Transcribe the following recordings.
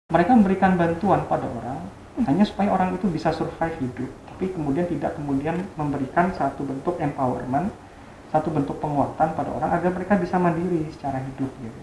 Mereka memberikan bantuan pada orang hanya supaya orang itu bisa survive hidup, tapi kemudian tidak kemudian memberikan satu bentuk empowerment, satu bentuk penguatan pada orang agar mereka bisa mandiri secara hidup gitu.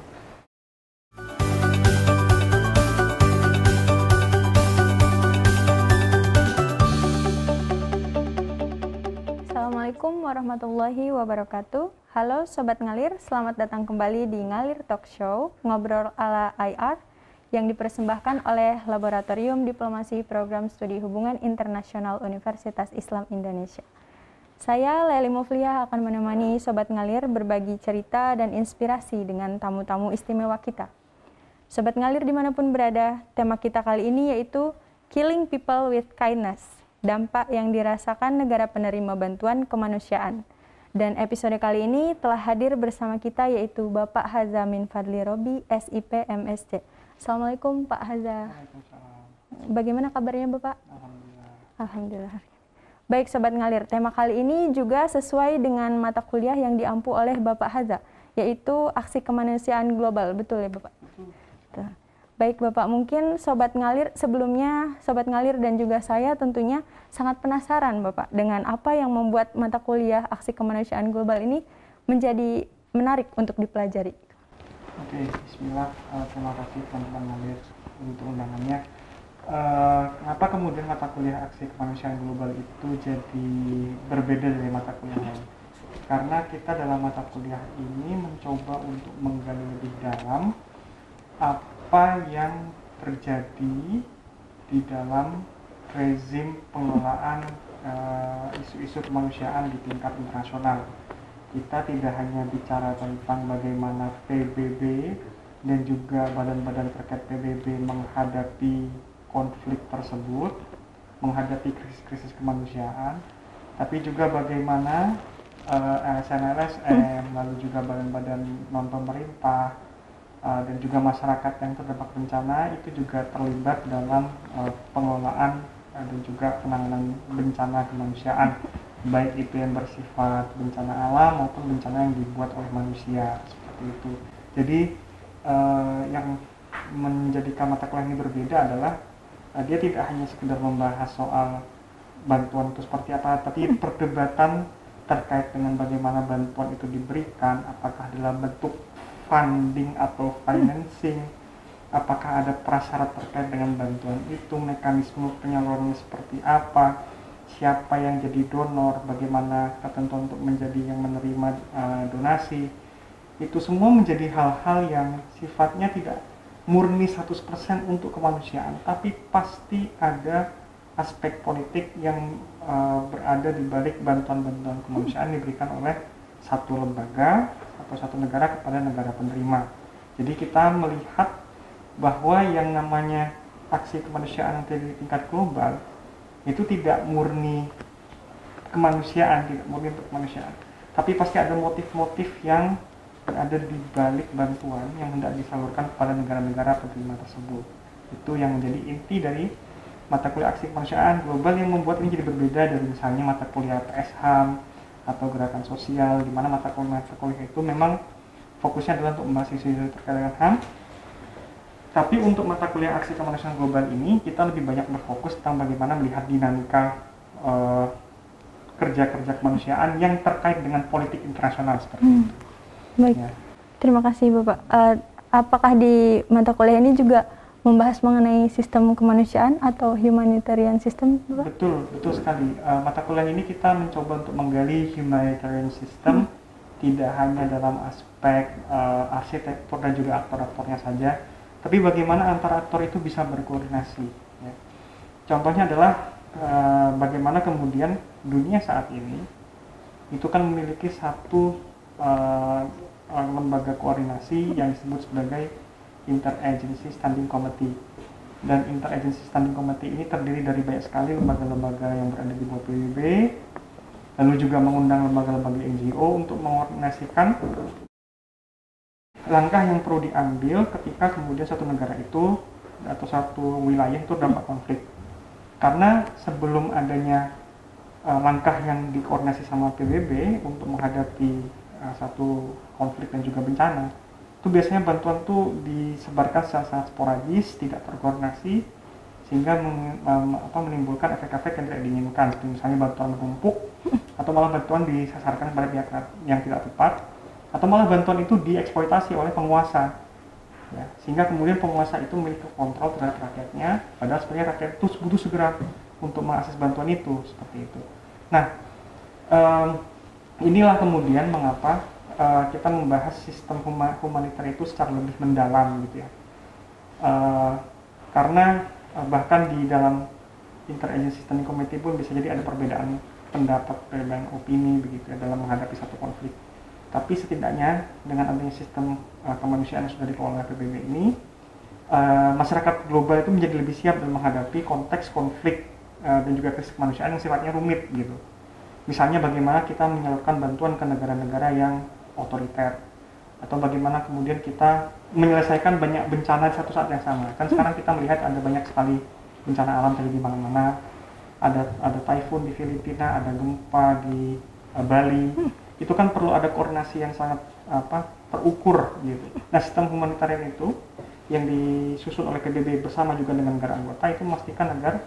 Assalamualaikum warahmatullahi wabarakatuh. Halo Sobat Ngalir, selamat datang kembali di Ngalir Talk Show, ngobrol ala IR, yang dipersembahkan oleh Laboratorium Diplomasi Program Studi Hubungan Internasional Universitas Islam Indonesia. Saya, Leli Mufliah, akan menemani Sobat Ngalir berbagi cerita dan inspirasi dengan tamu-tamu istimewa kita. Sobat Ngalir dimanapun berada, tema kita kali ini yaitu Killing People with Kindness, dampak yang dirasakan negara penerima bantuan kemanusiaan. Dan episode kali ini telah hadir bersama kita yaitu Bapak Haza Min Fadli Robi, SIP MSc. Assalamualaikum Pak Haza. Bagaimana kabarnya Bapak? Alhamdulillah. Alhamdulillah. Baik Sobat Ngalir, tema kali ini juga sesuai dengan mata kuliah yang diampu oleh Bapak Haza, yaitu Aksi Kemanusiaan Global. Betul ya Bapak? Betul. Baik Bapak, mungkin Sobat Ngalir sebelumnya, Sobat Ngalir dan juga saya tentunya sangat penasaran Bapak dengan apa yang membuat mata kuliah Aksi Kemanusiaan Global ini menjadi menarik untuk dipelajari. Oke, bismillah, terima kasih teman-teman Ngalir untuk undangannya. Kenapa kemudian mata kuliah Aksi Kemanusiaan Global itu jadi berbeda dari mata kuliah lain? Karena kita dalam mata kuliah ini mencoba untuk menggali lebih dalam apa yang terjadi di dalam rezim pengelolaan isu-isu kemanusiaan di tingkat internasional. Kita tidak hanya bicara tentang bagaimana PBB dan juga badan-badan terkait PBB menghadapi konflik tersebut, menghadapi krisis-krisis kemanusiaan, tapi juga bagaimana LSM, lalu juga badan-badan non-pemerintah, dan juga masyarakat yang terdampak bencana itu juga terlibat dalam pengelolaan dan juga penanganan bencana kemanusiaan, baik itu yang bersifat bencana alam maupun bencana yang dibuat oleh manusia, seperti itu. Jadi yang menjadikan mata kuliah ini berbeda adalah dia tidak hanya sekedar membahas soal bantuan itu seperti apa, tapi perdebatan terkait dengan bagaimana bantuan itu diberikan, apakah dalam bentuk funding atau financing, apakah ada prasyarat terkait dengan bantuan itu, mekanisme penyalurannya seperti apa, siapa yang jadi donor, bagaimana ketentuan untuk menjadi yang menerima donasi. Itu semua menjadi hal-hal yang sifatnya tidak murni 100% untuk kemanusiaan, tapi pasti ada aspek politik yang berada di balik bantuan-bantuan kemanusiaan diberikan oleh satu lembaga atau satu negara kepada negara penerima. Jadi kita melihat bahwa yang namanya aksi kemanusiaan yang terjadi di tingkat global itu tidak murni kemanusiaan, tidak murni untuk kemanusiaan, tapi pasti ada motif-motif yang berada di balik bantuan yang hendak disalurkan kepada negara-negara penerima tersebut. Itu yang menjadi inti dari mata kuliah aksi kemanusiaan global yang membuat ini jadi berbeda dari misalnya mata kuliah PSHAM atau gerakan sosial, di mana mata kuliah itu memang fokusnya adalah untuk membahas isu-isu terkait dengan HAM. Tapi untuk mata kuliah aksi kemanusiaan global ini kita lebih banyak berfokus tentang bagaimana melihat dinamika kerja-kerja kemanusiaan yang terkait dengan politik internasional seperti itu. Baik, ya. Terima kasih Bapak. Apakah di mata kuliah ini juga membahas mengenai sistem kemanusiaan atau humanitarian system, Bapak? Betul sekali. Mata kuliah ini kita mencoba untuk menggali humanitarian system, tidak hanya dalam aspek arsitektur dan juga aktor-aktornya saja, tapi bagaimana antara aktor itu bisa berkoordinasi. Ya. Contohnya adalah bagaimana kemudian dunia saat ini itu kan memiliki satu lembaga koordinasi yang disebut sebagai Interagency Standing Committee, dan Interagency Standing Committee ini terdiri dari banyak sekali lembaga-lembaga yang berada di bawah PBB, lalu juga mengundang lembaga-lembaga NGO untuk mengkoordinasikan langkah yang perlu diambil ketika kemudian satu negara itu atau satu wilayah itu dampak konflik. Karena sebelum adanya langkah yang dikoordinasi sama PBB untuk menghadapi satu konflik dan juga bencana, itu biasanya bantuan tuh disebarkan secara sangat sporadis, tidak terkoordinasi, sehingga menimbulkan efek-efek yang tidak diinginkan, seperti misalnya bantuan menumpuk, atau malah bantuan disasarkan pada pihak yang tidak tepat, atau malah bantuan itu dieksploitasi oleh penguasa, ya, sehingga kemudian penguasa itu memiliki kontrol terhadap rakyatnya, padahal sebenarnya rakyat itu butuh segera untuk mengakses bantuan itu, seperti itu. Nah, inilah kemudian mengapa kita membahas sistem humaniter itu secara lebih mendalam gitu ya, karena bahkan di dalam Interagency Standing Committee pun bisa jadi ada perbedaan pendapat, perbedaan opini begitu ya dalam menghadapi satu konflik. Tapi setidaknya dengan adanya sistem kemanusiaan yang sudah dikelola oleh PBB ini, masyarakat global itu menjadi lebih siap dalam menghadapi konteks konflik dan juga krisis kemanusiaan yang sifatnya rumit gitu. Misalnya bagaimana kita menyalurkan bantuan ke negara-negara yang otoriter, atau bagaimana kemudian kita menyelesaikan banyak bencana di satu saat yang sama. Kan sekarang kita melihat ada banyak sekali bencana alam terjadi di mana-mana. Ada typhoon di Filipina, ada gempa di Bali. Itu kan perlu ada koordinasi yang sangat terukur gitu. Nah, sistem humanitarian itu yang disusun oleh PBB bersama juga dengan negara anggota itu memastikan agar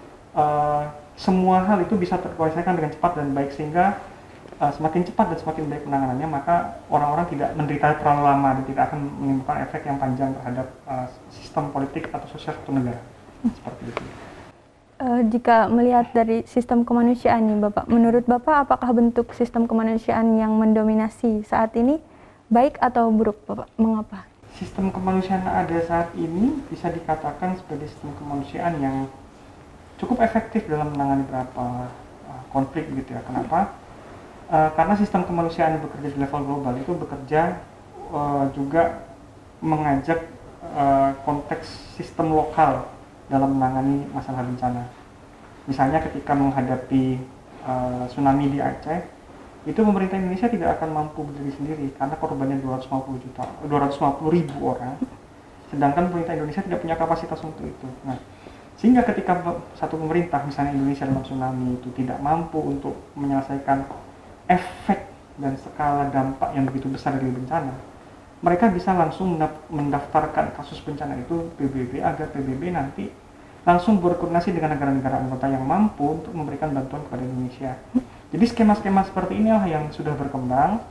semua hal itu bisa terkoordinasikan dengan cepat dan baik, sehingga semakin cepat dan semakin baik penanganannya, maka orang-orang tidak menderita terlalu lama dan tidak akan menimbulkan efek yang panjang terhadap sistem politik atau sosial satu negara. Seperti itu. Jika melihat dari sistem kemanusiaan nih Bapak, menurut Bapak apakah bentuk sistem kemanusiaan yang mendominasi saat ini baik atau buruk Bapak? Mengapa? Sistem kemanusiaan yang ada saat ini bisa dikatakan sebagai sistem kemanusiaan yang cukup efektif dalam menangani beberapa konflik gitu ya. Kenapa? Karena sistem kemanusiaan yang bekerja di level global itu bekerja juga mengajak konteks sistem lokal dalam menangani masalah bencana. Misalnya ketika menghadapi tsunami di Aceh, itu pemerintah Indonesia tidak akan mampu berdiri sendiri karena korbannya 250.000 orang, sedangkan pemerintah Indonesia tidak punya kapasitas untuk itu. Nah, sehingga ketika satu pemerintah, misalnya Indonesia dalam tsunami itu tidak mampu untuk menyelesaikan efek dan skala dampak yang begitu besar dari bencana, mereka bisa langsung mendaftarkan kasus bencana itu PBB agar PBB nanti langsung berkoordinasi dengan negara-negara anggota yang mampu untuk memberikan bantuan kepada Indonesia. Jadi skema-skema seperti inilah yang sudah berkembang,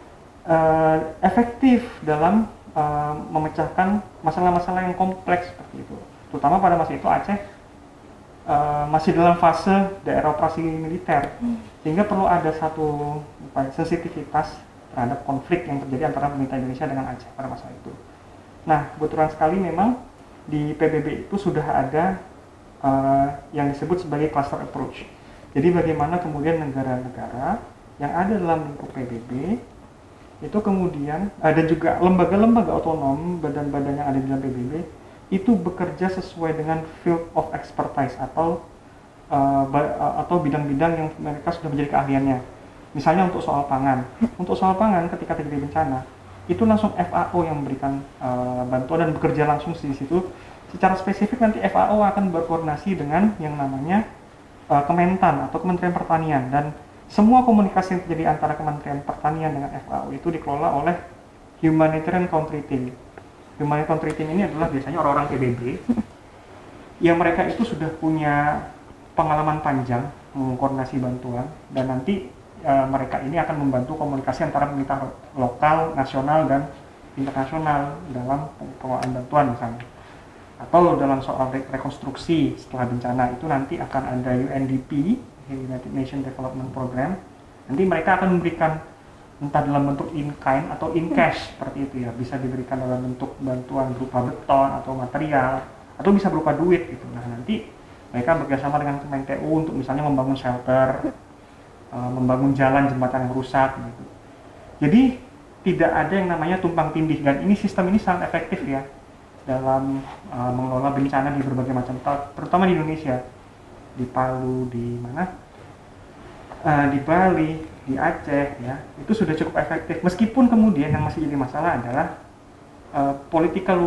efektif dalam memecahkan masalah-masalah yang kompleks seperti itu. Terutama pada masa itu Aceh masih dalam fase daerah operasi militer, sehingga perlu ada satu sensitivitas terhadap konflik yang terjadi antara pemerintah Indonesia dengan Aceh pada masa itu. Nah, kebetulan sekali memang di PBB itu sudah ada yang disebut sebagai cluster approach. Jadi bagaimana kemudian negara-negara yang ada dalam lingkup PBB itu kemudian dan juga lembaga-lembaga otonom, badan-badan yang ada di dalam PBB itu bekerja sesuai dengan field of expertise atau bidang-bidang yang mereka sudah menjadi keahliannya. Misalnya untuk soal pangan. Untuk soal pangan ketika terjadi bencana, itu langsung FAO yang memberikan bantuan dan bekerja langsung di situ. Secara spesifik nanti FAO akan berkoordinasi dengan yang namanya Kementan atau Kementerian Pertanian, dan semua komunikasi yang terjadi antara Kementerian Pertanian dengan FAO itu dikelola oleh Humanitarian Country Team. Humanitarian Country Team ini adalah biasanya orang-orang PBB yang mereka itu sudah punya pengalaman panjang mengkoordinasi bantuan, dan nanti mereka ini akan membantu komunikasi antara pemerintah lokal, nasional, dan internasional dalam pengelolaan bantuan misalnya. Atau dalam soal rekonstruksi setelah bencana itu nanti akan ada UNDP, United Nations Development Program. Nanti mereka akan memberikan entah dalam bentuk in-kind atau in-cash seperti itu ya. Bisa diberikan dalam bentuk bantuan berupa beton atau material, atau bisa berupa duit gitu. Nah, nanti mereka bekerjasama dengan Kementerian untuk misalnya membangun shelter, membangun jalan, jembatan yang rusak gitu. Jadi tidak ada yang namanya tumpang tindih, dan ini sistem ini sangat efektif ya dalam mengelola bencana di berbagai macam tempat, terutama di Indonesia, di Palu, di mana, di Bali, di Aceh ya, itu sudah cukup efektif. Meskipun kemudian yang masih jadi masalah adalah political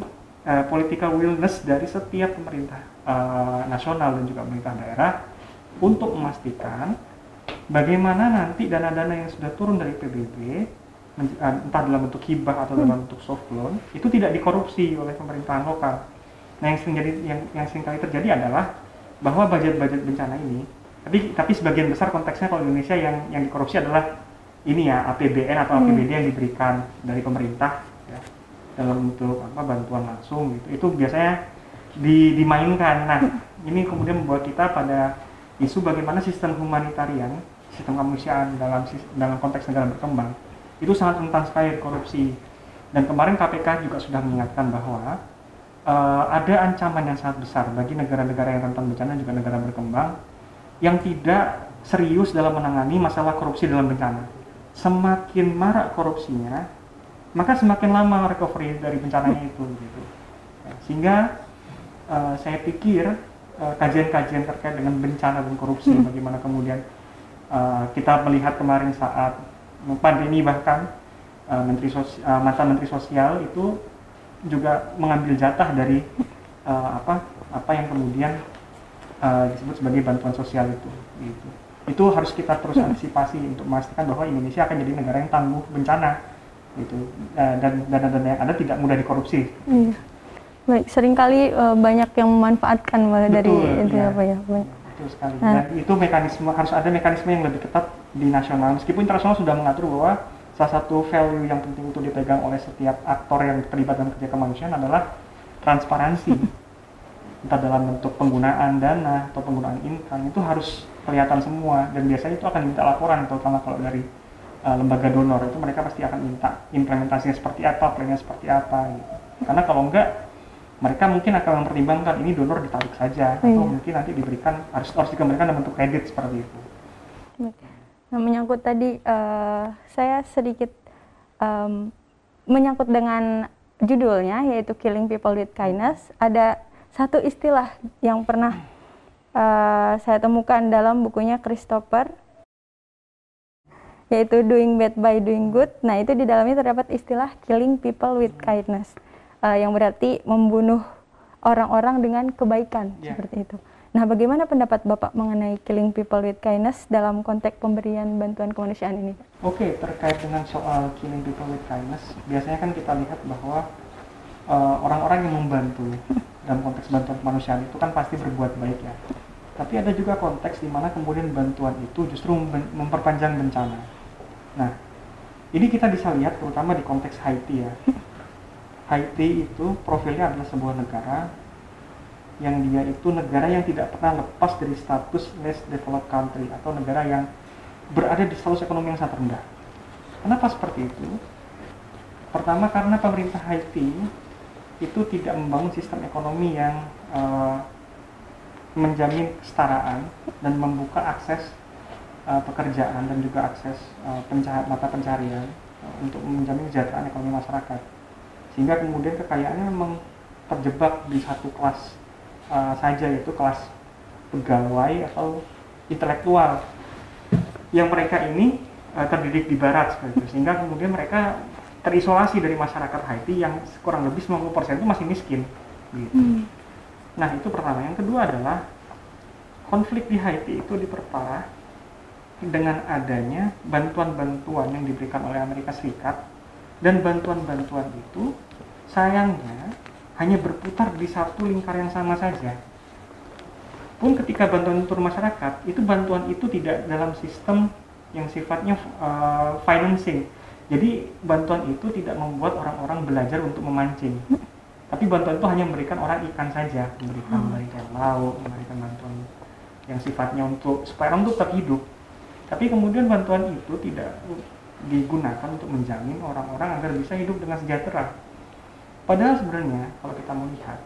willingness dari setiap pemerintah nasional dan juga pemerintah daerah untuk memastikan bagaimana nanti dana-dana yang sudah turun dari PBB entah dalam bentuk hibah atau dalam bentuk soft loan, itu tidak dikorupsi oleh pemerintahan lokal. Nah, yang sering kali terjadi adalah bahwa budget-budget bencana ini, tapi sebagian besar konteksnya kalau di Indonesia yang dikorupsi adalah ini ya, APBN atau APBD yang diberikan dari pemerintah ya, dalam bentuk bantuan langsung gitu. Itu biasanya dimainkan. Nah, ini kemudian membawa kita pada isu bagaimana sistem humanitarian, sistem kemanusiaan dalam konteks negara berkembang itu sangat rentan sekali korupsi. Dan kemarin KPK juga sudah mengingatkan bahwa ada ancaman yang sangat besar bagi negara-negara yang rentan bencana juga negara berkembang yang tidak serius dalam menangani masalah korupsi dalam bencana. Semakin marak korupsinya, maka semakin lama recovery dari bencananya itu gitu. Sehingga saya pikir kajian-kajian terkait dengan bencana dan korupsi, bagaimana kemudian kita melihat kemarin saat pandemi bahkan mantan Menteri Sosial itu juga mengambil jatah dari apa yang kemudian disebut sebagai bantuan sosial itu. Gitu. Itu harus kita terus antisipasi untuk memastikan bahwa Indonesia akan jadi negara yang tangguh bencana, gitu. Dan dana-dana yang ada tidak mudah dikorupsi. Baik, seringkali banyak yang memanfaatkan dari itu ya. apa ya. Betul sekali. Dan itu harus ada mekanisme yang lebih ketat di nasional. Meskipun internasional sudah mengatur bahwa salah satu value yang penting untuk dipegang oleh setiap aktor yang terlibat dalam kerja kemanusiaan adalah transparansi. Entah dalam bentuk penggunaan dana atau penggunaan income, itu harus kelihatan semua. Dan biasanya itu akan diminta laporan, terutama kalau dari lembaga donor. Itu mereka pasti akan minta implementasinya seperti apa, plannya seperti apa. Gitu. Karena kalau enggak, mereka mungkin akan mempertimbangkan ini donor ditarik saja atau mungkin nanti diberikan harus dikembalikan dalam bentuk kredit seperti itu. Nah, menyangkut tadi saya sedikit menyangkut dengan judulnya yaitu Killing People with Kindness. Ada satu istilah yang pernah saya temukan dalam bukunya Christopher, yaitu Doing Bad by Doing Good. Nah, itu di dalamnya terdapat istilah Killing People with Kindness. Yang berarti membunuh orang-orang dengan kebaikan, seperti itu. Nah, bagaimana pendapat Bapak mengenai Killing People with Kindness dalam konteks pemberian bantuan kemanusiaan ini? Oke, terkait dengan soal Killing People with Kindness, biasanya kan kita lihat bahwa orang-orang yang membantu dalam konteks bantuan kemanusiaan itu kan pasti berbuat baik ya. Tapi ada juga konteks di mana kemudian bantuan itu justru memperpanjang bencana. Nah, ini kita bisa lihat terutama di konteks Haiti ya. Haiti itu profilnya adalah sebuah negara yang dia itu negara yang tidak pernah lepas dari status less developed country atau negara yang berada di status ekonomi yang sangat rendah. Kenapa seperti itu? Pertama karena pemerintah Haiti itu tidak membangun sistem ekonomi yang menjamin kesetaraan dan membuka akses pekerjaan dan juga akses mata pencaharian untuk menjamin kesejahteraan ekonomi masyarakat. Sehingga kemudian kekayaannya memang terjebak di satu kelas saja, yaitu kelas pegawai atau intelektual yang mereka ini terdidik di barat seperti itu. Sehingga kemudian mereka terisolasi dari masyarakat Haiti yang kurang lebih 90% itu masih miskin gitu. Nah, itu pertama. Yang kedua adalah konflik di Haiti itu diperparah dengan adanya bantuan-bantuan yang diberikan oleh Amerika Serikat, dan bantuan-bantuan itu sayangnya hanya berputar di satu lingkar yang sama saja. Pun ketika bantuan turun masyarakat, itu bantuan itu tidak dalam sistem yang sifatnya financing. Jadi bantuan itu tidak membuat orang-orang belajar untuk memancing. Tapi bantuan itu hanya memberikan orang ikan saja, memberikan lauk, memberikan bantuan yang sifatnya supaya orang itu tetap hidup. Tapi kemudian bantuan itu tidak digunakan untuk menjamin orang-orang agar bisa hidup dengan sejahtera. Padahal sebenarnya kalau kita melihat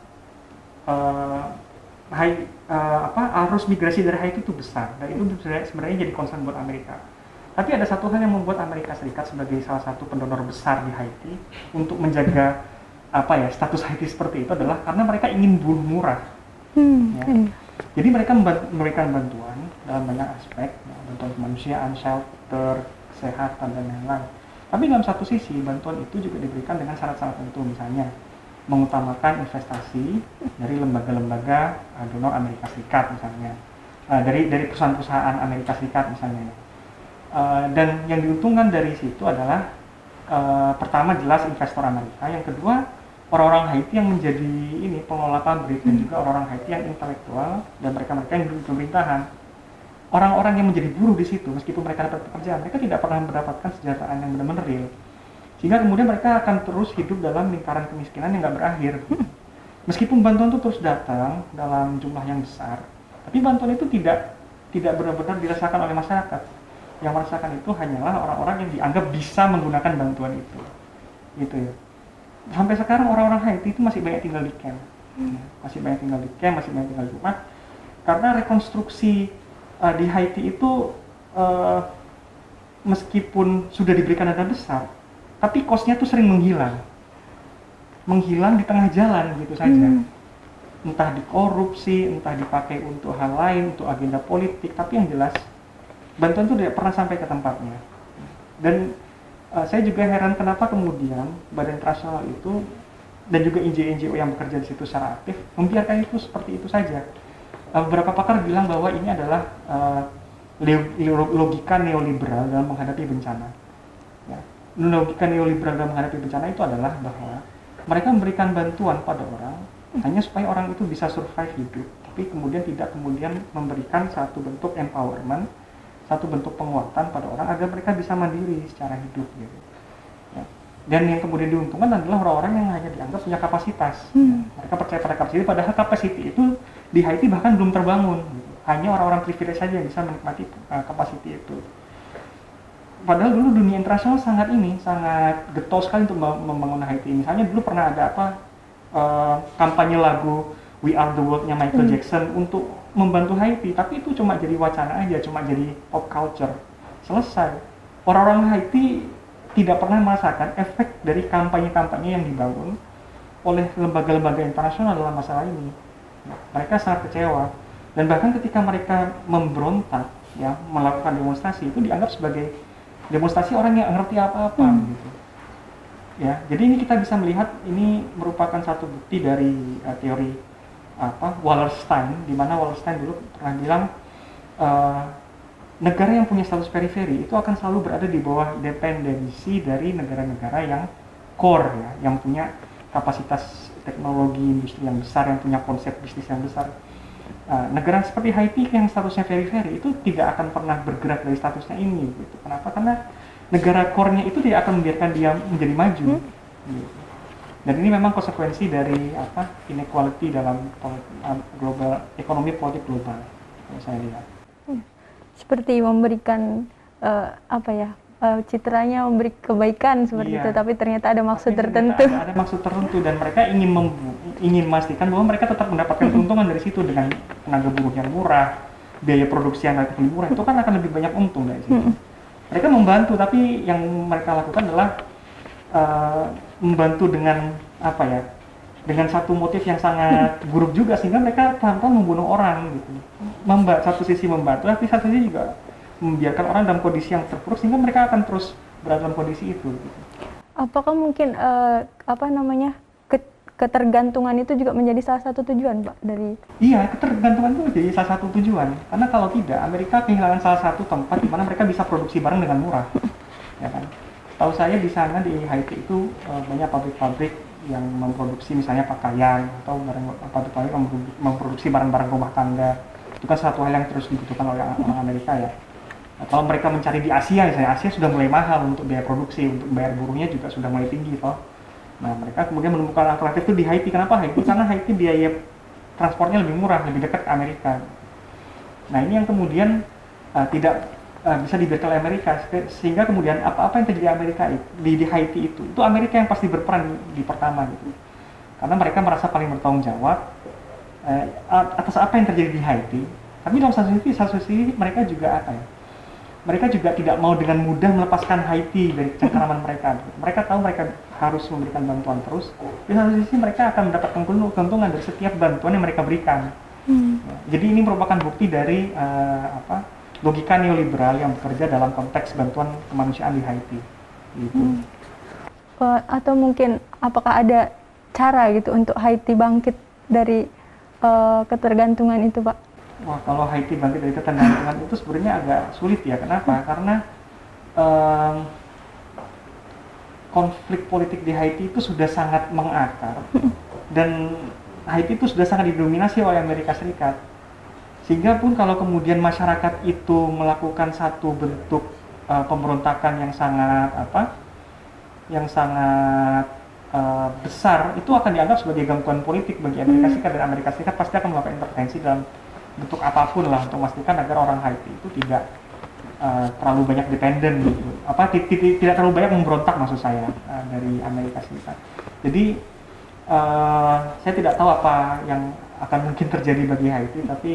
arus migrasi dari Haiti itu besar, dan itu sebenarnya jadi concern buat Amerika. Tapi ada satu hal yang membuat Amerika Serikat sebagai salah satu pendonor besar di Haiti untuk menjaga status Haiti seperti itu adalah karena mereka ingin buruh murah. Jadi mereka memberikan bantuan dalam banyak aspek, bantuan kemanusiaan, shelter, kesehatan dan lain-lain. Tapi dalam satu sisi bantuan itu juga diberikan dengan syarat-syarat tertentu, misalnya mengutamakan investasi dari lembaga-lembaga donor Amerika Serikat misalnya, dari perusahaan-perusahaan Amerika Serikat misalnya. Dan yang diuntungkan dari situ adalah pertama jelas investor Amerika, yang kedua orang-orang Haiti yang menjadi ini pengelola pabrik, dan juga orang-orang Haiti yang intelektual dan mereka yang duduk di pemerintahan. Orang-orang yang menjadi buruh di situ, meskipun mereka dapat pekerjaan, mereka tidak pernah mendapatkan kesejahteraan yang benar-benar real. Sehingga kemudian mereka akan terus hidup dalam lingkaran kemiskinan yang nggak berakhir. Meskipun bantuan itu terus datang dalam jumlah yang besar, tapi bantuan itu tidak benar-benar dirasakan oleh masyarakat. Yang merasakan itu hanyalah orang-orang yang dianggap bisa menggunakan bantuan itu. Gitu ya. Sampai sekarang orang-orang Haiti itu masih banyak tinggal di camp. Masih banyak tinggal di camp, masih banyak tinggal di rumah. Karena rekonstruksi di Haiti itu meskipun sudah diberikan dana besar, tapi cost-nya tuh sering menghilang di tengah jalan gitu saja. Entah dikorupsi, entah dipakai untuk hal lain, untuk agenda politik, tapi yang jelas bantuan itu tidak pernah sampai ke tempatnya. Dan saya juga heran kenapa kemudian Badan Internasional itu dan juga NGO yang bekerja di situ secara aktif membiarkan itu seperti itu saja. Beberapa pakar bilang bahwa ini adalah logika neoliberal dalam menghadapi bencana. Ya. Logika neoliberal dalam menghadapi bencana itu adalah bahwa mereka memberikan bantuan pada orang hanya supaya orang itu bisa survive hidup, tapi kemudian tidak kemudian memberikan satu bentuk empowerment, satu bentuk penguatan pada orang agar mereka bisa mandiri secara hidup gitu. Ya. Dan yang kemudian diuntungkan adalah orang-orang yang hanya dianggap punya kapasitas. Mereka percaya pada kapasitas, padahal capacity itu di Haiti bahkan belum terbangun. Gitu. Hanya orang-orang privilege saja yang bisa menikmati capacity itu. Padahal dulu dunia internasional sangat getol sekali untuk membangun Haiti. Misalnya dulu pernah ada kampanye lagu We Are The World-nya Michael Jackson untuk membantu Haiti, tapi itu cuma jadi wacana aja, cuma jadi pop culture. Selesai. Orang-orang Haiti tidak pernah merasakan efek dari kampanye-kampanye yang dibangun oleh lembaga-lembaga internasional dalam masalah ini. Mereka sangat kecewa, dan bahkan ketika mereka memberontak, ya, melakukan demonstrasi, itu dianggap sebagai demonstrasi orang yang ngerti apa-apa, gitu. Ya, jadi ini kita bisa melihat ini merupakan satu bukti dari teori Wallerstein, di mana Wallerstein dulu pernah bilang negara yang punya status periferi itu akan selalu berada di bawah dependensi dari negara-negara yang core, ya, yang punya kapasitas teknologi industri yang besar, yang punya konsep bisnis yang besar. Negara seperti Haiti yang statusnya periferi itu tidak akan pernah bergerak dari statusnya ini, gitu. Kenapa? Karena negara core-nya itu tidak akan membiarkan dia menjadi maju. Gitu. Dan ini memang konsekuensi dari inequality dalam global ekonomi politik global, yang saya lihat. Seperti memberikan citranya memberi kebaikan seperti itu, tapi ternyata ada maksud tertentu. Ada maksud tertentu, dan mereka ingin memastikan bahwa mereka tetap mendapatkan keuntungan dari situ dengan tenaga buruh yang murah, biaya produksi yang lebih murah, itu kan akan lebih banyak untung dari situ. Mereka membantu, tapi yang mereka lakukan adalah membantu dengan dengan satu motif yang sangat buruk juga, sehingga mereka pelan-pelan membunuh orang gitu. Satu sisi membantu, tapi satu sisi juga membiarkan orang dalam kondisi yang terpuruk, sehingga mereka akan terus berada dalam kondisi itu. Gitu. Apakah mungkin ketergantungan itu juga menjadi salah satu tujuan, Pak, dari? Iya, ketergantungan itu menjadi salah satu tujuan. Karena kalau tidak, Amerika kehilangan salah satu tempat di mana mereka bisa produksi barang dengan murah, ya kan? Tahu saya di sana di Haiti itu banyak pabrik-pabrik yang memproduksi misalnya pakaian atau pabrik-pabrik memproduksi barang-barang rumah tangga. Itu kan satu hal yang terus dibutuhkan oleh orang Amerika, ya. Kalau mereka mencari di Asia, misalnya Asia sudah mulai mahal untuk biaya produksi, untuk bayar buruhnya juga sudah mulai tinggi, toh. Nah, mereka kemudian menemukan alternatif itu di Haiti. Kenapa Haiti? Karena Haiti biaya transportnya lebih murah, lebih dekat ke Amerika. Nah, ini yang kemudian tidak bisa dibiarkan oleh Amerika, sehingga kemudian apa-apa yang terjadi Amerika di Haiti itu Amerika yang pasti berperan di pertama gitu. Karena mereka merasa paling bertanggung jawab atas apa yang terjadi di Haiti. Tapi dalam satu sisi mereka juga mereka juga tidak mau dengan mudah melepaskan Haiti dari cengkeraman mereka. Mereka tahu mereka harus memberikan bantuan terus. Di satu sisi mereka akan mendapatkan keuntungan dari setiap bantuan yang mereka berikan. Jadi ini merupakan bukti dari logika neoliberal yang bekerja dalam konteks bantuan kemanusiaan di Haiti. Gitu. Atau mungkin apakah ada cara gitu untuk Haiti bangkit dari ketergantungan itu, Pak? Wah, kalau Haiti bangkit dari ketergantungan itu sebenarnya agak sulit, ya. Kenapa? Karena konflik politik di Haiti itu sudah sangat mengakar dan Haiti itu sudah sangat didominasi oleh Amerika Serikat. Sehingga pun kalau kemudian masyarakat itu melakukan satu bentuk pemberontakan yang sangat besar, itu akan dianggap sebagai gangguan politik bagi Amerika Serikat, dan Amerika Serikat pasti akan melakukan intervensi dalam bentuk apapun lah untuk memastikan agar orang Haiti itu tidak terlalu banyak dependen gitu, tidak terlalu banyak memberontak maksud saya dari Amerika Serikat. Jadi saya tidak tahu apa yang akan mungkin terjadi bagi Haiti, tapi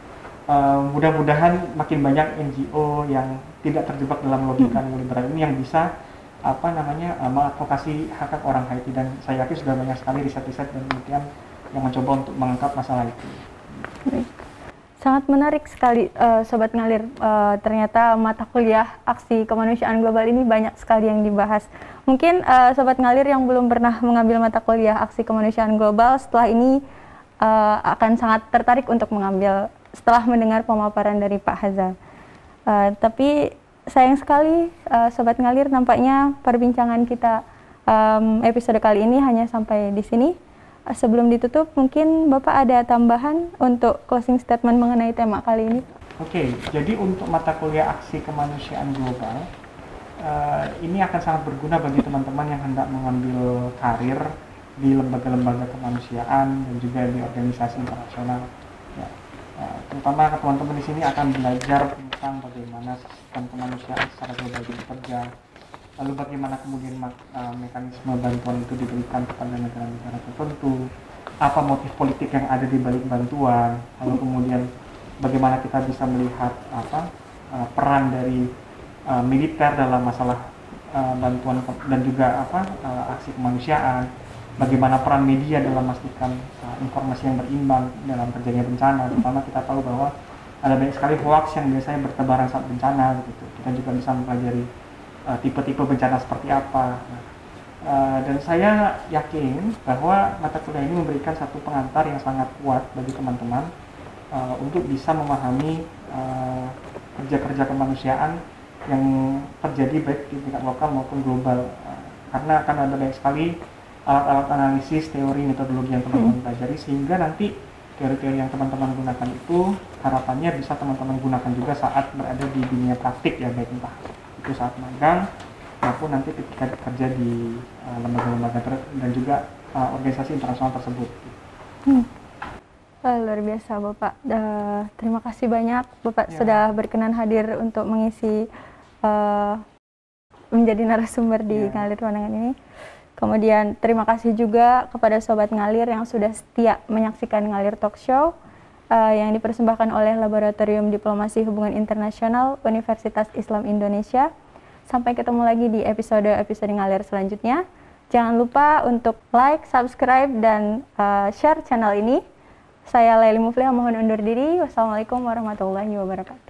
mudah-mudahan makin banyak NGO yang tidak terjebak dalam logika neoliberal ini yang bisa mengadvokasi hak orang Haiti, dan saya yakin sudah banyak sekali riset-riset dan penelitian yang mencoba untuk mengangkat masalah itu. Baik. Sangat menarik sekali, Sobat Ngalir. Ternyata mata kuliah aksi kemanusiaan global ini banyak sekali yang dibahas. Mungkin Sobat Ngalir yang belum pernah mengambil mata kuliah aksi kemanusiaan global setelah ini akan sangat tertarik untuk mengambil setelah mendengar pemaparan dari Pak Hazal. Tapi sayang sekali, Sobat Ngalir, nampaknya perbincangan kita episode kali ini hanya sampai di sini. Sebelum ditutup, mungkin Bapak ada tambahan untuk closing statement mengenai tema kali ini? Oke, jadi untuk mata kuliah aksi kemanusiaan global, ini akan sangat berguna bagi teman-teman yang hendak mengambil karir di lembaga-lembaga kemanusiaan dan juga di organisasi internasional. Ya, terutama teman-teman di sini akan belajar tentang bagaimana sistem kemanusiaan secara global itu bekerja, lalu bagaimana kemudian mekanisme bantuan itu diberikan kepada negara-negara tertentu, apa motif politik yang ada di balik bantuan, lalu kemudian bagaimana kita bisa melihat peran dari militer dalam masalah bantuan dan juga aksi kemanusiaan, bagaimana peran media dalam memastikan informasi yang berimbang dalam terjadinya bencana. Terutama kita tahu bahwa ada banyak sekali hoax yang biasanya bertebaran saat bencana gitu. Kita juga bisa mempelajari tipe-tipe bencana seperti apa. Dan saya yakin bahwa mata kuliah ini memberikan satu pengantar yang sangat kuat bagi teman-teman untuk bisa memahami kerja-kerja kemanusiaan yang terjadi baik di tingkat lokal maupun global. Karena akan ada banyak sekali alat-alat analisis, teori, metodologi yang teman-teman pelajari, sehingga nanti teori-teori yang teman-teman gunakan itu harapannya bisa teman-teman gunakan juga saat berada di dunia praktik, ya, baik entah itu saat magang maupun nanti ketika bekerja di lembaga-lembaga dan juga organisasi internasional tersebut. Luar biasa Bapak. Terima kasih banyak Bapak sudah berkenan hadir untuk mengisi menjadi narasumber di Ngalir Pandangan ini. Kemudian terima kasih juga kepada Sobat Ngalir yang sudah setia menyaksikan Ngalir Talk Show yang dipersembahkan oleh Laboratorium Diplomasi Hubungan Internasional Universitas Islam Indonesia. Sampai ketemu lagi di episode Ngalir selanjutnya. Jangan lupa untuk like, subscribe, dan share channel ini. Saya Laili Mufliha mohon undur diri. Wassalamualaikum warahmatullahi wabarakatuh.